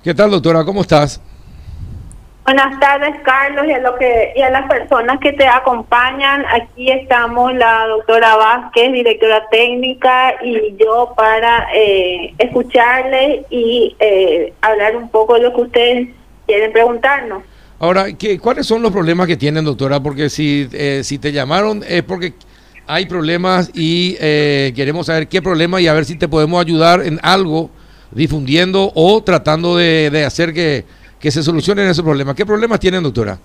¿Qué tal, doctora? ¿Cómo estás? Buenas tardes, Carlos, y a las personas que te acompañan. Aquí estamos la doctora Vázquez, directora técnica, y yo para escucharles y hablar un poco de lo que ustedes quieren preguntarnos. Ahora, ¿cuáles son los problemas que tienen, doctora? Porque si te llamaron es porque hay problemas y queremos saber qué problema y a ver si te podemos ayudar en algo, difundiendo o tratando de hacer que se solucionen esos problemas. ¿Qué problemas tienen, doctora?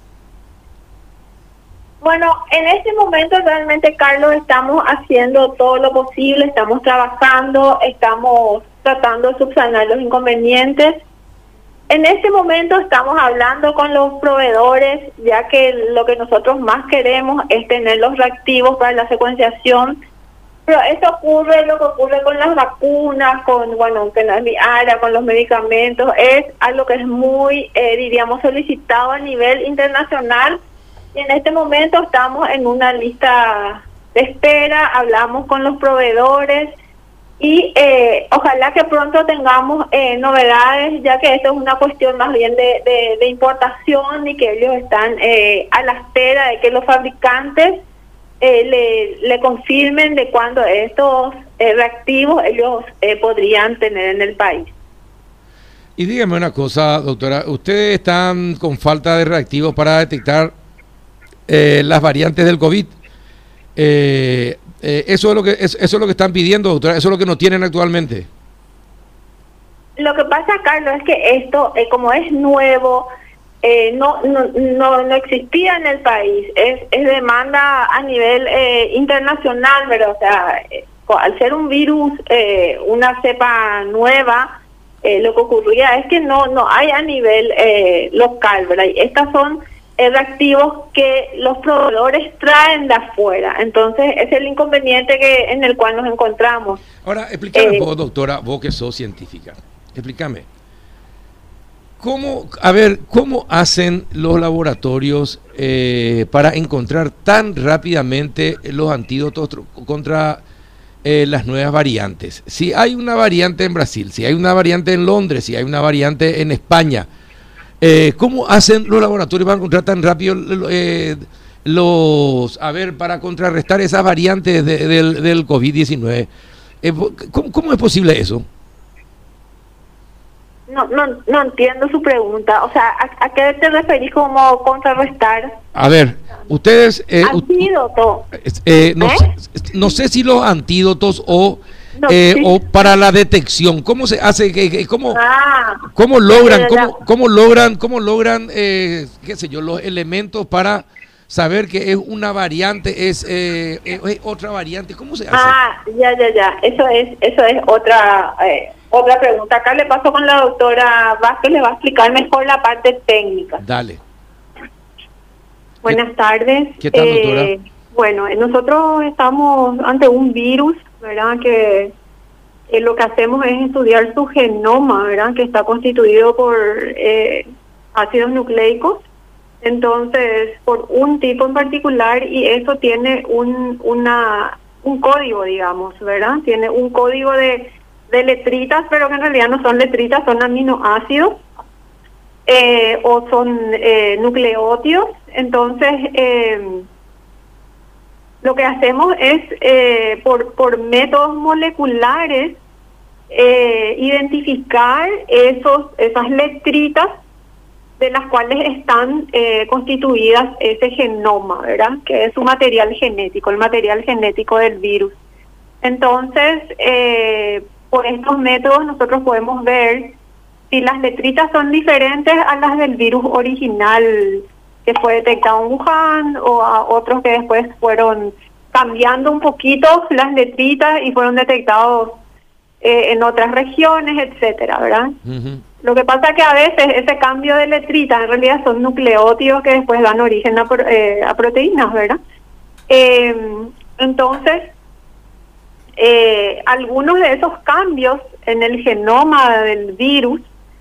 Bueno, en este momento realmente, Carlos, estamos haciendo todo lo posible, estamos trabajando, estamos tratando de subsanar los inconvenientes. En este momento estamos hablando con los proveedores, ya que lo que nosotros más queremos es tener los reactivos para la secuenciación. Pero eso ocurre, lo que ocurre con las vacunas, con la Viara, con los medicamentos, es algo que es muy, diríamos, solicitado a nivel internacional. Y en este momento estamos en una lista de espera, hablamos con los proveedores y ojalá que pronto tengamos novedades, ya que esto es una cuestión más bien de importación y que ellos están a la espera de que los fabricantes le confirmen de cuándo estos reactivos ellos podrían tener en el país. Y dígame una cosa, doctora, ¿ustedes están con falta de reactivos para detectar las variantes del COVID? Eso es lo que están pidiendo, doctora, eso es lo que no tienen actualmente. Lo que pasa, Carlos, es que esto, como es nuevo, no existía en el país, es demanda a nivel internacional, pero o sea, al ser un virus, una cepa nueva, lo que ocurría es que no hay a nivel local, ¿verdad? Y estas son reactivos que los proveedores traen de afuera, entonces es el inconveniente en el cual nos encontramos. Ahora, explícame vos, doctora, vos que sos científica, explícame. ¿Cómo hacen los laboratorios para encontrar tan rápidamente los antídotos contra las nuevas variantes? Si hay una variante en Brasil, si hay una variante en Londres, si hay una variante en España, ¿cómo hacen los laboratorios para encontrar tan rápido para contrarrestar esas variantes del COVID-19? ¿Cómo es posible eso? No entiendo su pregunta. O sea, ¿a qué te referís como contrarrestar? A ver, ustedes... Antídoto. No sé si los antídotos o Sí. o para la detección. ¿Cómo se hace? ¿Cómo logran, qué sé yo, los elementos para saber que es una variante, es otra variante? ¿Cómo se hace? Ya. Eso es otra pregunta. Acá le paso con la doctora Vázquez, le va a explicar mejor la parte técnica. Dale. Buenas tardes. ¿Qué tal, doctora? Bueno, nosotros estamos ante un virus, ¿verdad? Que lo que hacemos es estudiar su genoma, ¿verdad? Que está constituido por ácidos nucleicos. Entonces, por un tipo en particular, y eso tiene un código, digamos, ¿verdad? Tiene un código de letritas, pero que en realidad no son letritas, son aminoácidos o son nucleótidos. Entonces, lo que hacemos es, por métodos moleculares, identificar esas letritas de las cuales están constituidas ese genoma, ¿verdad? Que es su material genético, el material genético del virus. Entonces, por estos métodos nosotros podemos ver si las letritas son diferentes a las del virus original que fue detectado en Wuhan, o a otros que después fueron cambiando un poquito las letritas y fueron detectados en otras regiones, etcétera, ¿verdad? Uh-huh. Lo que pasa es que a veces ese cambio de letritas en realidad son nucleótidos que después dan origen a proteínas, ¿verdad? Entonces, algunos de esos cambios en el genoma del virus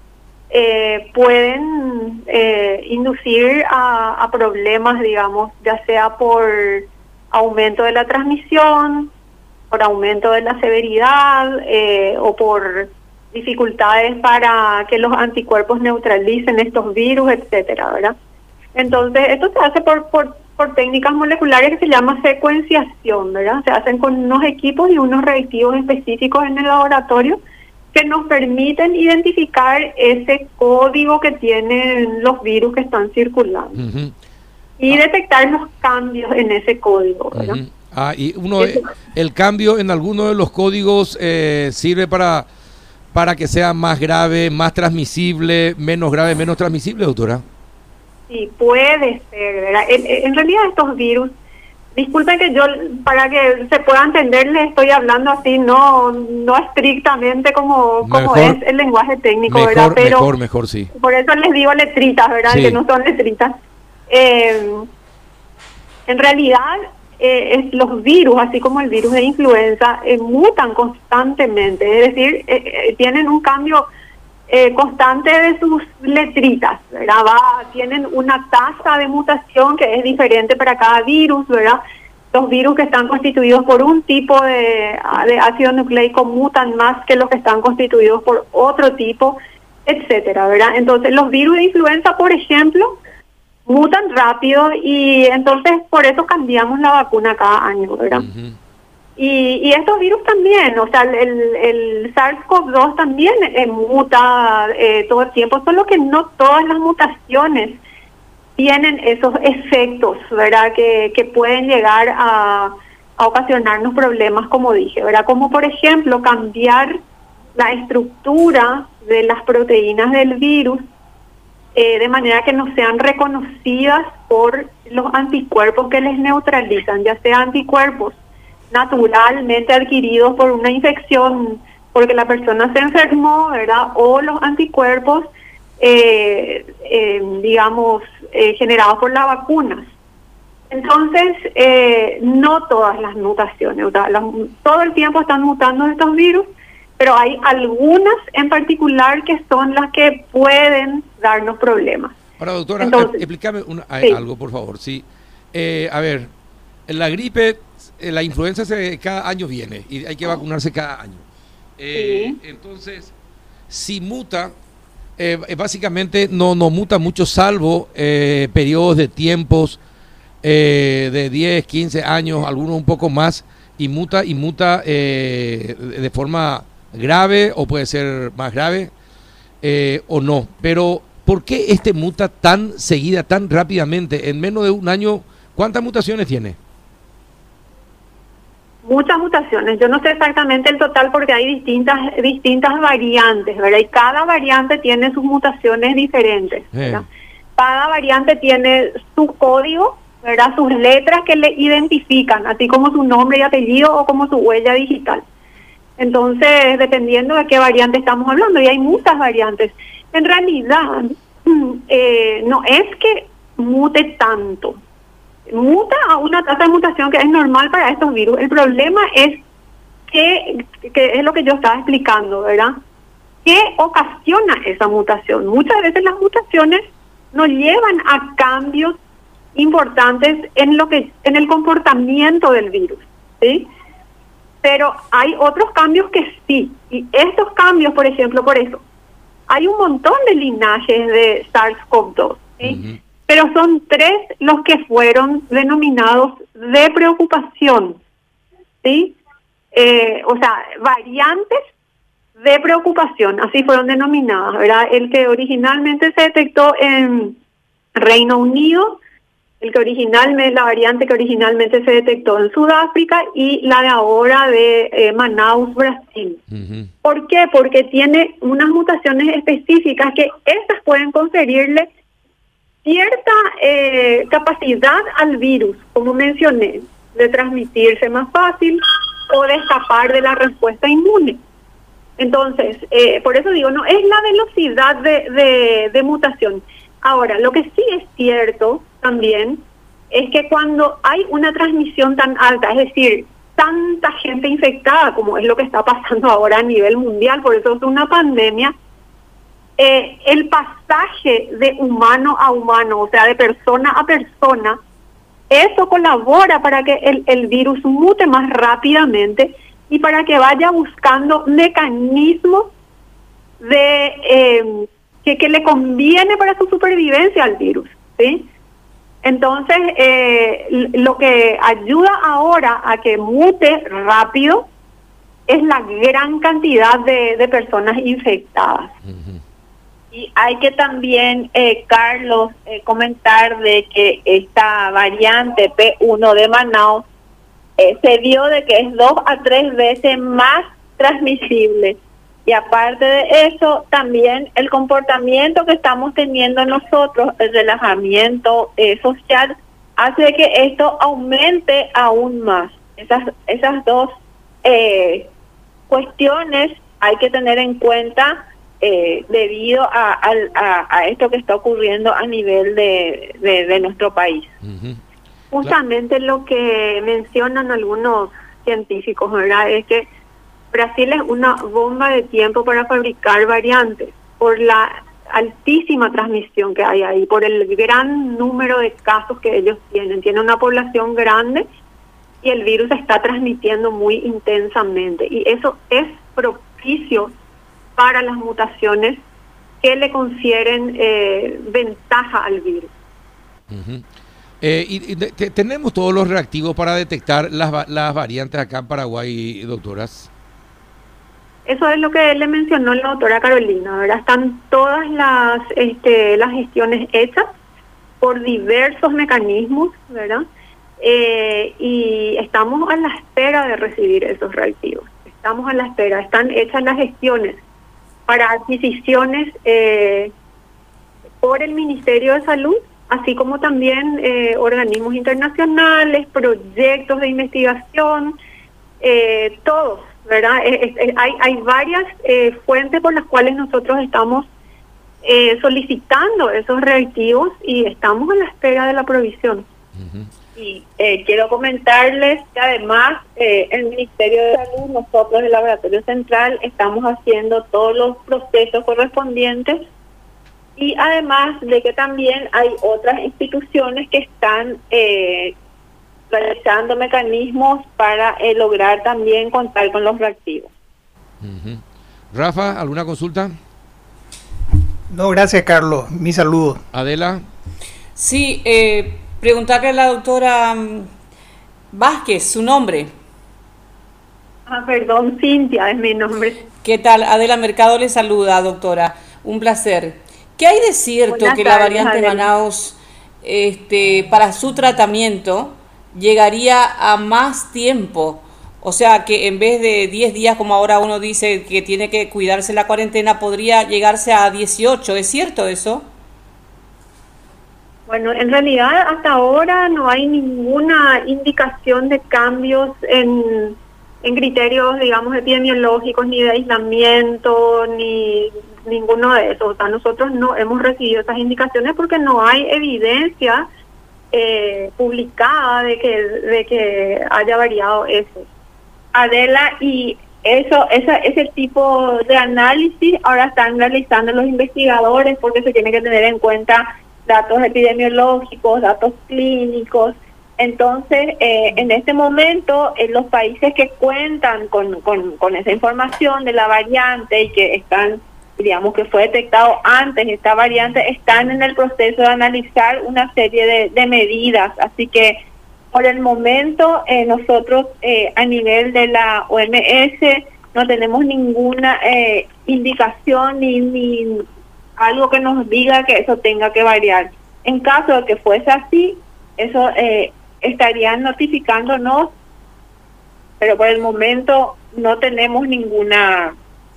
pueden inducir a problemas, digamos, ya sea por aumento de la transmisión, por aumento de la severidad o por dificultades para que los anticuerpos neutralicen estos virus, etcétera, ¿verdad? Entonces, esto se hace por técnicas moleculares que se llama secuenciación, ¿verdad? Se hacen con unos equipos y unos reactivos específicos en el laboratorio que nos permiten identificar ese código que tienen los virus que están circulando y detectar los cambios en ese código, ¿verdad? Y el cambio en alguno de los códigos sirve para que sea más grave, más transmisible, menos grave, menos transmisible, doctora. Sí, puede ser, ¿verdad? En realidad estos virus, disculpen que yo, para que se pueda entender, les estoy hablando así, no estrictamente como es el lenguaje técnico, ¿verdad? Pero mejor, sí. Por eso les digo letritas, ¿verdad? Sí. Que no son letritas. En realidad, los virus, así como el virus de influenza, mutan constantemente, es decir, tienen un cambio constante de sus letritas, ¿verdad? Tienen una tasa de mutación que es diferente para cada virus, ¿verdad? Los virus que están constituidos por un tipo de ácido nucleico mutan más que los que están constituidos por otro tipo, etcétera, ¿verdad? Entonces, los virus de influenza, por ejemplo, mutan rápido y entonces por eso cambiamos la vacuna cada año, ¿verdad? Y estos virus también, o sea, el SARS-CoV-2 también muta todo el tiempo, solo que no todas las mutaciones tienen esos efectos, ¿verdad? Que pueden llegar a ocasionarnos problemas, como dije, ¿verdad? Como por ejemplo cambiar la estructura de las proteínas del virus de manera que no sean reconocidas por los anticuerpos que les neutralizan, ya sea anticuerpos naturalmente adquiridos por una infección porque la persona se enfermó, ¿verdad? O los anticuerpos, generados por las vacunas. Entonces, no todas las mutaciones, todo el tiempo están mutando estos virus, pero hay algunas en particular que son las que pueden darnos problemas. Ahora, doctora, explícame algo, por favor. Sí. A ver, la gripe, la influenza cada año viene y hay que vacunarse cada año. Entonces, si muta, básicamente no muta mucho, salvo periodos de tiempos de 10, 15 años, algunos un poco más, y muta de forma grave o puede ser más grave o no. Pero, ¿por qué muta tan seguida, tan rápidamente? En menos de un año, ¿cuántas mutaciones tiene? Muchas mutaciones. Yo no sé exactamente el total porque hay distintas variantes, ¿verdad? Y cada variante tiene sus mutaciones diferentes, ¿verdad? Cada variante tiene su código, ¿verdad? Sus letras que le identifican, así como su nombre y apellido o como su huella digital. Entonces, dependiendo de qué variante estamos hablando, y hay muchas variantes. En realidad, no es que mute tanto. Muta a una tasa de mutación que es normal para estos virus. El problema es que es lo que yo estaba explicando, ¿verdad? ¿Qué ocasiona esa mutación? Muchas veces las mutaciones nos llevan a cambios importantes en el comportamiento del virus, ¿sí? Pero hay otros cambios que sí. Y estos cambios, por ejemplo, por eso, hay un montón de linajes de SARS-CoV-2, ¿sí? Pero son 3 los que fueron denominados de preocupación, ¿sí? O sea, variantes de preocupación, así fueron denominadas, ¿verdad? El que originalmente se detectó en Reino Unido, la variante que originalmente se detectó en Sudáfrica y la de ahora de Manaus, Brasil. ¿Por qué? Porque tiene unas mutaciones específicas que estas pueden conferirle cierta capacidad al virus, como mencioné, de transmitirse más fácil o de escapar de la respuesta inmune. Entonces, por eso digo, no es la velocidad de mutación. Ahora, lo que sí es cierto también es que cuando hay una transmisión tan alta, es decir, tanta gente infectada como es lo que está pasando ahora a nivel mundial, por eso es una pandemia, el pasaje de humano a humano, o sea, de persona a persona, eso colabora para que el virus mute más rápidamente y para que vaya buscando mecanismos de que le conviene para su supervivencia al virus, ¿sí? Entonces, lo que ayuda ahora a que mute rápido es la gran cantidad de personas infectadas. Y hay que también, Carlos, comentar de que esta variante P1 de Manaus se vio de que es 2 a 3 veces más transmisible. Y aparte de eso, también el comportamiento que estamos teniendo nosotros, el relajamiento social, hace que esto aumente aún más. Esas dos cuestiones hay que tener en cuenta debido a esto que está ocurriendo a nivel de nuestro país. Justamente lo que mencionan algunos científicos, ¿verdad?, es que Brasil es una bomba de tiempo para fabricar variantes por la altísima transmisión que hay ahí, por el gran número de casos que ellos tienen. Tienen una población grande y el virus se está transmitiendo muy intensamente. Y eso es propicio para las mutaciones que le confieren ventaja al virus. ¿Tenemos todos los reactivos para detectar las variantes acá en Paraguay, doctoras? Eso es lo que le mencionó la doctora Carolina, ¿verdad? Están todas las gestiones hechas por diversos mecanismos, ¿verdad? Y estamos a la espera de recibir esos reactivos. Estamos a la espera. Están hechas las gestiones para adquisiciones por el Ministerio de Salud, así como también organismos internacionales, proyectos de investigación, todos, ¿verdad? Hay varias fuentes por las cuales nosotros estamos solicitando esos reactivos y estamos a la espera de la provisión. Y quiero comentarles que además el Ministerio de Salud, nosotros el Laboratorio Central, estamos haciendo todos los procesos correspondientes, y además de que también hay otras instituciones que están realizando mecanismos para lograr también contar con los reactivos. Rafa, ¿alguna consulta? No, gracias, Carlos. Mi saludo. Adela. Sí, preguntarle a la doctora Vázquez, su nombre. Perdón, Cintia es mi nombre. ¿Qué tal? Adela Mercado le saluda, doctora. Un placer. ¿Qué hay de cierto Buenas que tardes, la variante Adela. Manaus, para su tratamiento, llegaría a más tiempo? O sea, que en vez de 10 días, como ahora uno dice que tiene que cuidarse la cuarentena, podría llegarse a 18. ¿Es cierto eso? Bueno, en realidad hasta ahora no hay ninguna indicación de cambios en criterios, digamos, epidemiológicos, ni de aislamiento, ni ninguno de esos. O sea, nosotros no hemos recibido esas indicaciones porque no hay evidencia publicada de que haya variado eso. Adela, y ese tipo de análisis ahora están realizando los investigadores, porque se tiene que tener en cuenta datos epidemiológicos, datos clínicos. Entonces, en este momento, en los países que cuentan con esa información de la variante y que están, digamos, que fue detectado antes esta variante, están en el proceso de analizar una serie de medidas. Así que, por el momento, nosotros a nivel de la OMS no tenemos ninguna indicación ni algo que nos diga que eso tenga que variar. En caso de que fuese así, eso estarían notificándonos, pero por el momento no tenemos ninguna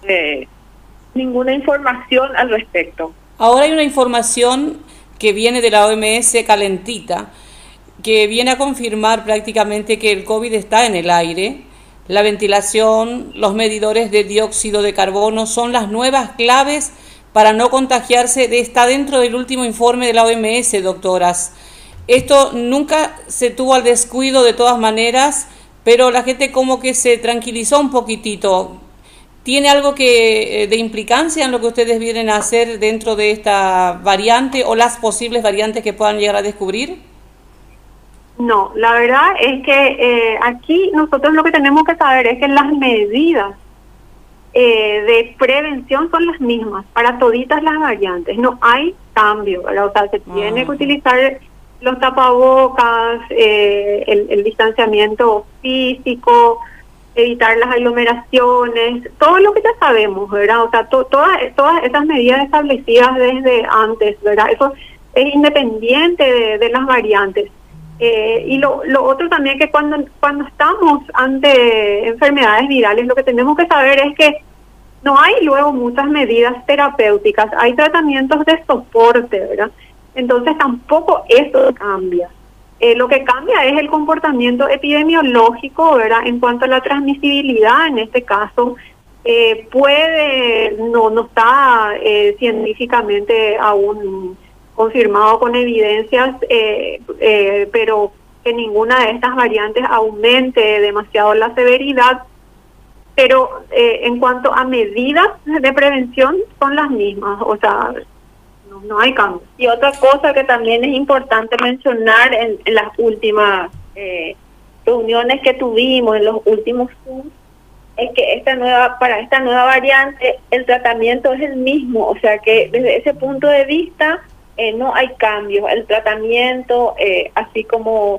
información al respecto. Ahora hay una información que viene de la OMS calentita, que viene a confirmar prácticamente que el COVID está en el aire. La ventilación, los medidores de dióxido de carbono son las nuevas claves para no contagiarse. Está dentro del último informe de la OMS, doctoras. Esto nunca se tuvo al descuido de todas maneras, pero la gente como que se tranquilizó un poquitito. ¿Tiene algo de implicancia en lo que ustedes vienen a hacer dentro de esta variante o las posibles variantes que puedan llegar a descubrir? No, la verdad es que aquí nosotros lo que tenemos que saber es que las medidas de prevención son las mismas para toditas las variantes, no hay cambio, ¿verdad? O sea, se tiene que utilizar los tapabocas, el distanciamiento físico, evitar las aglomeraciones, todo lo que ya sabemos, ¿verdad? O sea, todas esas medidas establecidas desde antes, ¿verdad? Eso es independiente de las variantes. Y lo otro también que cuando estamos ante enfermedades virales, lo que tenemos que saber es que no hay luego muchas medidas terapéuticas, hay tratamientos de soporte, ¿verdad? Entonces tampoco eso cambia. Lo que cambia es el comportamiento epidemiológico, ¿verdad? En cuanto a la transmisibilidad, en este caso, no está científicamente aún confirmado con evidencias, pero que ninguna de estas variantes aumente demasiado la severidad, pero en cuanto a medidas de prevención son las mismas, o sea, no hay cambio. Y otra cosa que también es importante mencionar en las últimas reuniones que tuvimos, en los últimos Zoom, es que para esta nueva variante el tratamiento es el mismo, o sea que desde ese punto de vista no hay cambios. El tratamiento, así como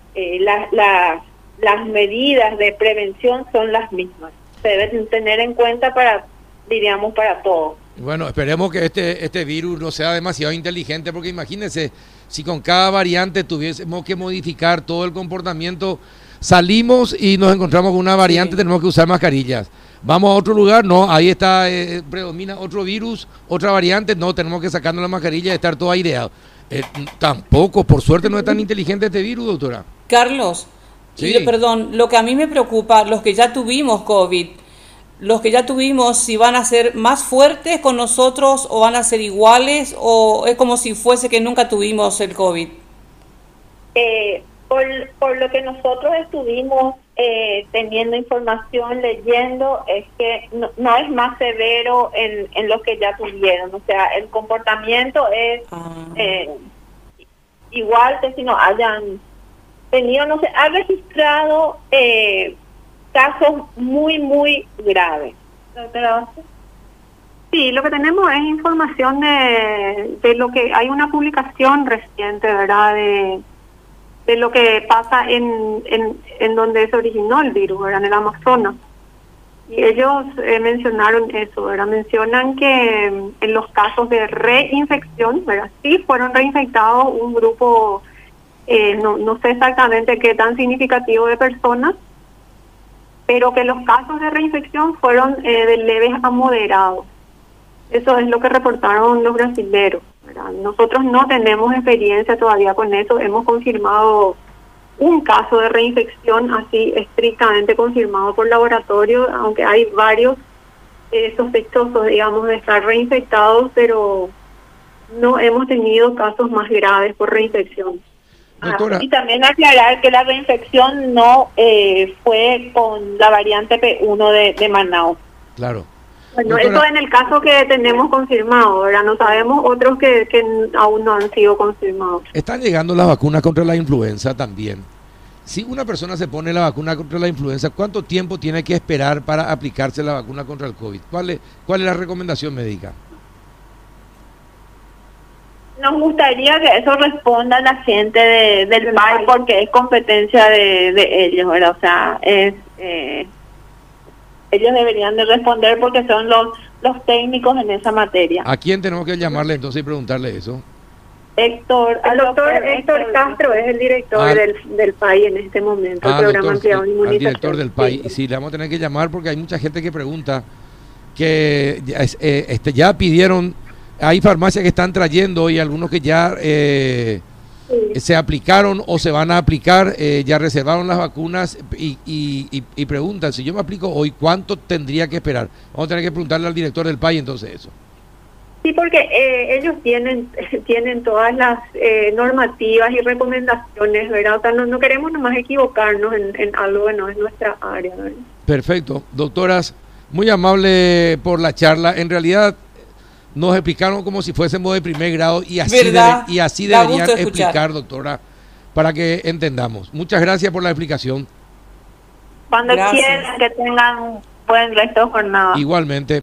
las medidas de prevención son las mismas. Se deben tener en cuenta para todos. Bueno, esperemos que este virus no sea demasiado inteligente, porque imagínense, si con cada variante tuviésemos que modificar todo el comportamiento, salimos y nos encontramos con una variante, tenemos que usar mascarillas. Vamos a otro lugar, no, ahí está, predomina otro virus, otra variante, no, tenemos que sacarnos la mascarilla y estar todo aireado. Tampoco, por suerte, no es tan inteligente este virus, doctora. Carlos, sí. Perdón, lo que a mí me preocupa, los que ya tuvimos COVID, si van a ser más fuertes con nosotros o van a ser iguales, o es como si fuese que nunca tuvimos el COVID. Por lo que nosotros estuvimos teniendo información, leyendo, es que no es más severo en los que ya tuvieron, o sea, el comportamiento es igual que si no hayan tenido, no sé, ha registrado casos muy, muy graves. Sí, lo que tenemos es información de lo que hay una publicación reciente, ¿verdad? De lo que pasa en donde se originó el virus, ¿verdad? En el Amazonas. Y ellos mencionaron eso, ¿verdad? Mencionan que en los casos de reinfección, ¿verdad? Sí fueron reinfectados un grupo, no sé exactamente qué tan significativo de personas, pero que los casos de reinfección fueron de leves a moderados. Eso es lo que reportaron los brasileros, ¿verdad? Nosotros no tenemos experiencia todavía con eso, hemos confirmado un caso de reinfección así estrictamente confirmado por laboratorio, aunque hay varios sospechosos, digamos, de estar reinfectados, pero no hemos tenido casos más graves por reinfección. Doctora. Y también aclarar que la reinfección no fue con la variante P1 de Manaus. Claro. Bueno, Doctora, eso en el caso que tenemos confirmado, ¿verdad? No sabemos otros que aún no han sido confirmados. están llegando las vacunas contra la influenza también. Si una persona se pone la vacuna contra la influenza, ¿cuánto tiempo tiene que esperar para aplicarse la vacuna contra el COVID? ¿Cuál es la recomendación médica? Nos gustaría que eso responda la gente del país, porque es competencia de ellos, ¿verdad? O sea, ellos deberían de responder porque son los técnicos en esa materia. ¿A quién tenemos que llamarle entonces y preguntarle eso? El doctor Héctor Castro es el director del PAI en este momento, el programa ampliado de inmunización. Al director del PAI. Y sí, le vamos a tener que llamar porque hay mucha gente que pregunta que ya pidieron. Hay farmacias que están trayendo y algunos que ya se aplicaron o se van a aplicar, ya reservaron las vacunas y preguntan, si yo me aplico hoy, ¿cuánto tendría que esperar? Vamos a tener que preguntarle al director del PAI entonces eso. Sí, porque ellos tienen todas las normativas y recomendaciones, ¿verdad? O sea, no queremos nomás equivocarnos en algo que no es nuestra área, ¿verdad? Perfecto. Doctoras, muy amable por la charla. En realidad nos explicaron como si fuésemos de primer grado y así deberían explicar, doctora, para que entendamos. Muchas gracias por la explicación. Cuando quieran, que tengan Buen resto de jornada. Igualmente.